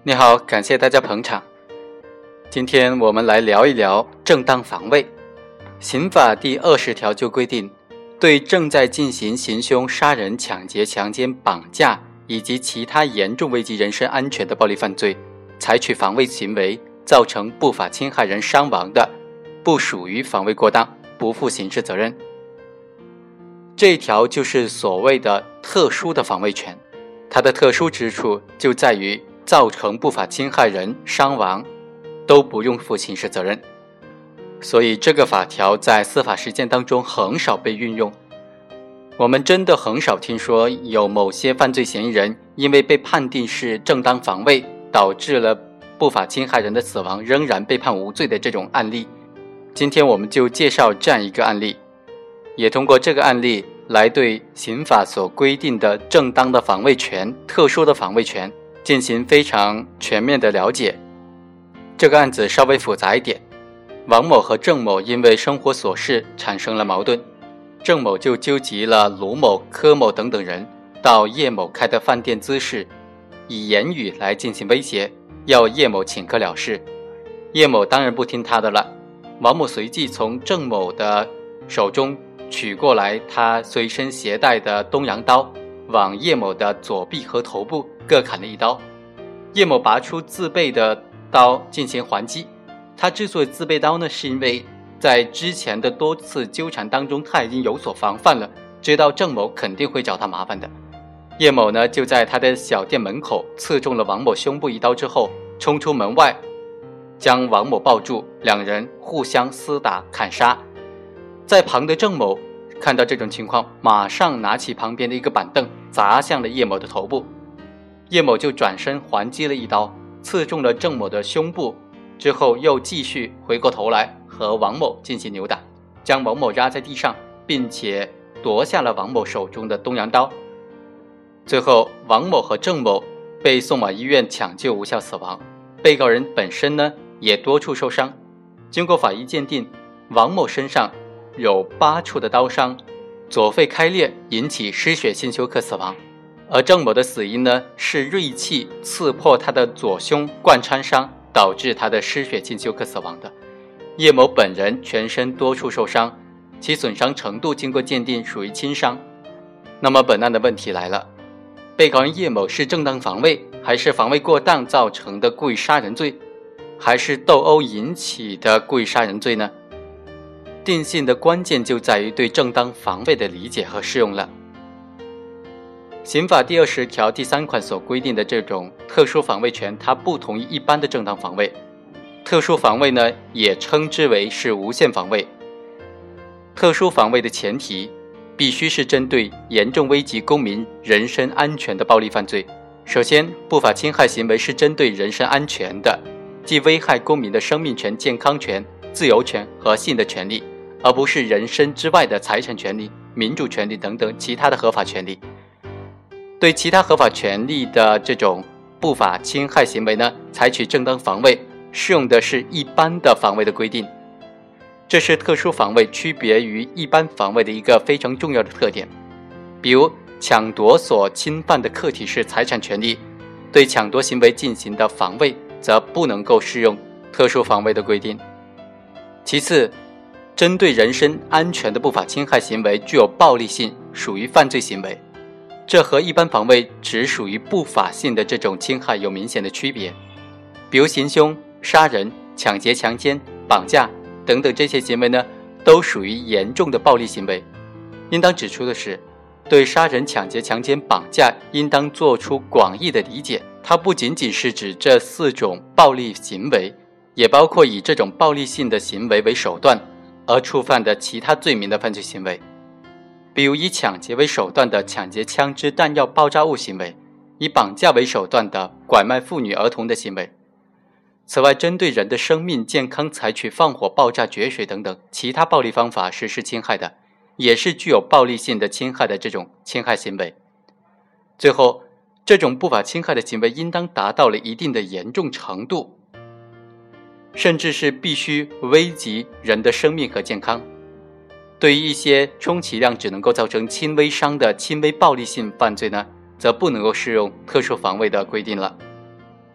你好，感谢大家捧场。今天我们来聊一聊正当防卫。刑法第20条就规定，对正在进行行凶、杀人、抢劫、强奸、绑架以及其他严重危及人身安全的暴力犯罪，采取防卫行为造成不法侵害人伤亡的，不属于防卫过当，不负刑事责任。这一条就是所谓的特殊的防卫权，它的特殊之处就在于造成不法侵害人伤亡都不用负刑事责任，所以这个法条在司法实践当中很少被运用。我们真的很少听说有某些犯罪嫌疑人因为被判定是正当防卫，导致了不法侵害人的死亡，仍然被判无罪的这种案例。今天我们就介绍这样一个案例，也通过这个案例来对刑法所规定的正当的防卫权、特殊的防卫权进行非常全面的了解。这个案子稍微复杂一点，王某和郑某因为生活琐事产生了矛盾，郑某就纠集了卢某、柯某等等人到叶某开的饭店滋事，以言语来进行威胁，要叶某请客了事。叶某当然不听他的了，王某随即从郑某的手中取过来他随身携带的东洋刀，往叶某的左臂和头部各砍了一刀。叶某拔出自备的刀进行还击。他之所以自备刀呢，是因为在之前的多次纠缠当中，他已经有所防范了，知道郑某肯定会找他麻烦的。叶某呢，就在他的小店门口刺中了王某胸部一刀之后，冲出门外，将王某抱住，两人互相厮打砍杀。在旁的郑某看到这种情况，马上拿起旁边的一个板凳砸向了叶某的头部。叶某就转身还击了一刀，刺中了郑某的胸部，之后又继续回过头来和王某进行扭打，将王某压在地上，并且夺下了王某手中的东洋刀。最后王某和郑某被送往医院抢救无效死亡，被告人本身呢也多处受伤。经过法医鉴定，王某身上有8处的刀伤，左肺开裂引起失血性休克死亡，而郑某的死因呢是锐器刺破他的左胸贯穿伤，导致他的失血性休克死亡的。叶某本人全身多处受伤，其损伤程度经过鉴定属于轻伤。那么本案的问题来了，被告人叶某是正当防卫，还是防卫过当造成的故意杀人罪，还是斗殴引起的故意杀人罪呢？定性的关键就在于对正当防卫的理解和适用了。刑法第20条第3款所规定的这种特殊防卫权，它不同于一般的正当防卫。特殊防卫呢，也称之为是无限防卫。特殊防卫的前提必须是针对严重危及公民人身安全的暴力犯罪。首先，不法侵害行为是针对人身安全的，即危害公民的生命权、健康权、自由权和性的权利，而不是人身之外的财产权利、民主权利等等其他的合法权利。对其他合法权利的这种不法侵害行为呢，采取正当防卫，适用的是一般的防卫的规定。这是特殊防卫区别于一般防卫的一个非常重要的特点。比如抢夺所侵犯的客体是财产权利，对抢夺行为进行的防卫则不能够适用特殊防卫的规定。其次，针对人身安全的不法侵害行为具有暴力性，属于犯罪行为，这和一般防卫只属于不法性的这种侵害有明显的区别。比如行凶、杀人、抢劫、强奸、绑架等等这些行为呢，都属于严重的暴力行为。应当指出的是，对杀人、抢劫、强奸、绑架应当做出广义的理解，它不仅仅是指这4种暴力行为，也包括以这种暴力性的行为为手段而触犯的其他罪名的犯罪行为。比如以抢劫为手段的抢劫枪支弹药爆炸物行为，以绑架为手段的拐卖妇女儿童的行为。此外，针对人的生命健康采取放火、爆炸、决水等等其他暴力方法实施侵害的，也是具有暴力性的侵害的这种侵害行为。最后，这种不法侵害的行为应当达到了一定的严重程度，甚至是必须危及人的生命和健康。对于一些充其量只能够造成轻微伤的轻微暴力性犯罪呢，则不能够适用特殊防卫的规定了。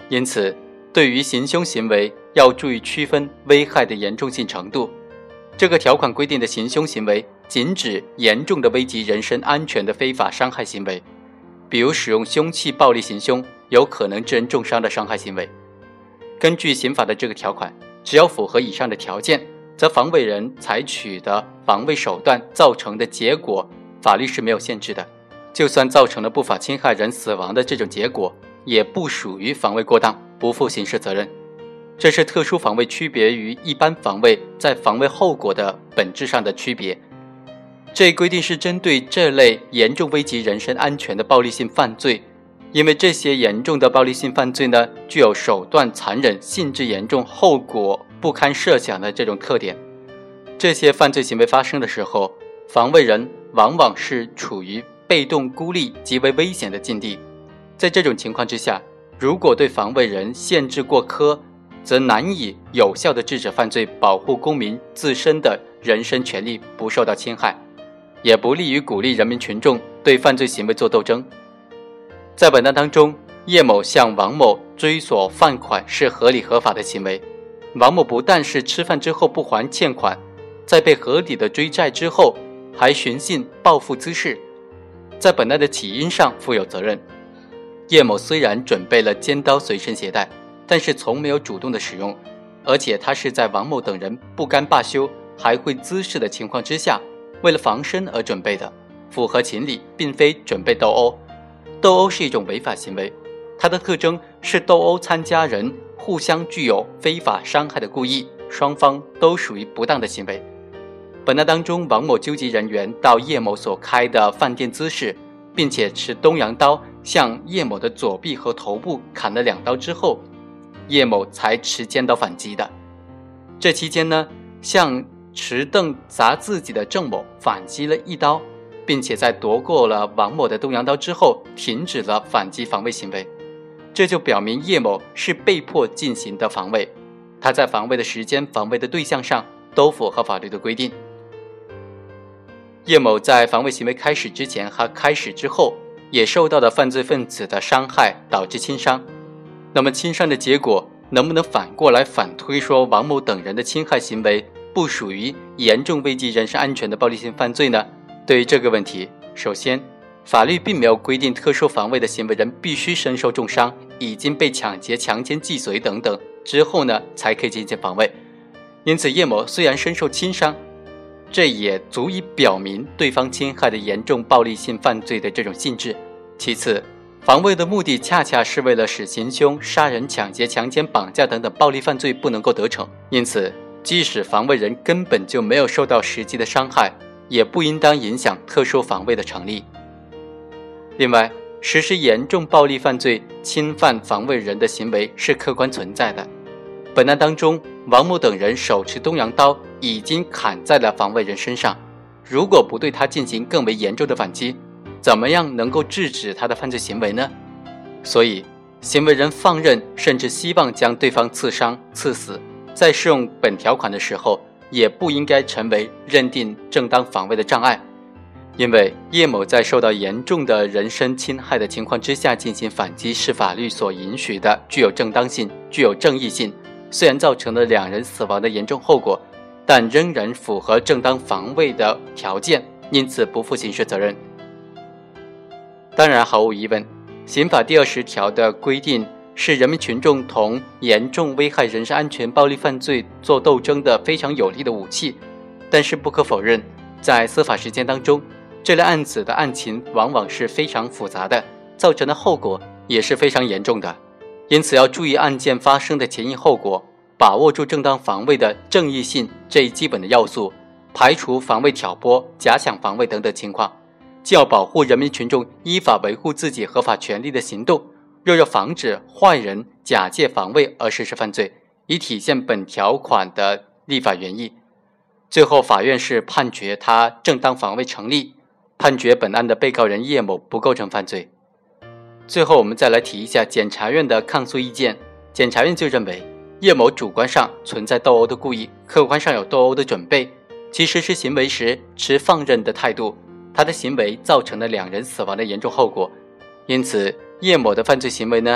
因此，对于行凶行为要注意区分危害的严重性程度。这个条款规定的行凶行为仅指严重的危及人身安全的非法伤害行为，比如使用凶器暴力行凶，有可能致人重伤的伤害行为。根据刑法的这个条款，只要符合以上的条件，则防卫人采取的防卫手段造成的结果，法律是没有限制的。就算造成了不法侵害人死亡的这种结果，也不属于防卫过当，不负刑事责任。这是特殊防卫区别于一般防卫在防卫后果的本质上的区别。这一规定是针对这类严重危及人身安全的暴力性犯罪，因为这些严重的暴力性犯罪呢，具有手段残忍、性质严重、后果不堪设想的这种特点。这些犯罪行为发生的时候，防卫人往往是处于被动孤立、极为危险的境地。在这种情况之下，如果对防卫人限制过苛，则难以有效地制止犯罪，保护公民自身的人身权利不受到侵害，也不利于鼓励人民群众对犯罪行为做斗争。在本案当中，叶某向王某追索犯款是合理合法的行为。王某不但是吃饭之后不还欠款，在被合理的追债之后，还寻衅报复滋事，在本案的起因上负有责任。叶某虽然准备了尖刀随身携带，但是从没有主动的使用，而且他是在王某等人不甘罢休还会滋事的情况之下，为了防身而准备的，符合情理，并非准备斗殴。斗殴是一种违法行为，它的特征是斗殴参加人互相具有非法伤害的故意，双方都属于不当的行为。本案当中，王某纠集人员到叶某所开的饭店滋事，并且持东洋刀向叶某的左臂和头部砍了2刀之后，叶某才持尖刀反击的。这期间呢，向持凳砸自己的郑某反击了1刀，并且在夺过了王某的东洋刀之后，停止了反击防卫行为。这就表明叶某是被迫进行的防卫，他在防卫的时间、防卫的对象上都符合法律的规定。叶某在防卫行为开始之前和开始之后，也受到了犯罪分子的伤害，导致轻伤。那么轻伤的结果能不能反过来反推说王某等人的侵害行为不属于严重危及人身安全的暴力性犯罪呢？对于这个问题，首先法律并没有规定特殊防卫的行为人必须身受重伤，已经被抢劫、强奸、既遂等等之后呢，才可以进行防卫。因此叶某虽然身受轻伤，这也足以表明对方侵害的严重暴力性犯罪的这种性质。其次，防卫的目的恰恰是为了使行凶、杀人、抢劫、强奸、绑架等等暴力犯罪不能够得逞，因此即使防卫人根本就没有受到实际的伤害，也不应当影响特殊防卫的成立。另外，实施严重暴力犯罪侵犯防卫人的行为是客观存在的。本案当中，王某等人手持东洋刀已经砍在了防卫人身上，如果不对他进行更为严重的反击，怎么样能够制止他的犯罪行为呢？所以行为人放任甚至希望将对方刺伤、刺死，在适用本条款的时候，也不应该成为认定正当防卫的障碍。因为叶某在受到严重的人身侵害的情况之下进行反击，是法律所允许的，具有正当性、具有正义性，虽然造成了2人死亡的严重后果，但仍然符合正当防卫的条件，因此不负刑事责任。当然，毫无疑问，刑法第20条的规定是人民群众同严重危害人身安全暴力犯罪做斗争的非常有力的武器，但是不可否认，在司法实践当中，这类案子的案情往往是非常复杂的，造成的后果也是非常严重的。因此要注意案件发生的前因后果，把握住正当防卫的正义性这一基本的要素，排除防卫挑拨、假想防卫等等情况，既要保护人民群众依法维护自己合法权利的行动，又要防止坏人假借防卫而实施犯罪，以体现本条款的立法原意。最后法院是判决他正当防卫成立，判决本案的被告人叶某不构成犯罪。最后我们再来提一下检察院的抗诉意见。检察院就认为叶某主观上存在斗殴的故意，客观上有斗殴的准备，其实施行为时持放任的态度，他的行为造成了2人死亡的严重后果。因此叶某的犯罪行为呢，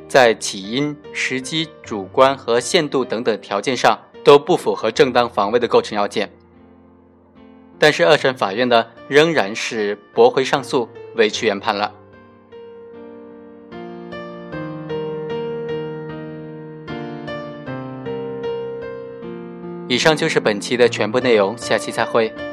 在起因、时机、主观和限度等等条件上都不符合正当防卫的构成要件。但是二审法院呢，仍然是驳回上诉，维持原判了。以上就是本期的全部内容，下期再会。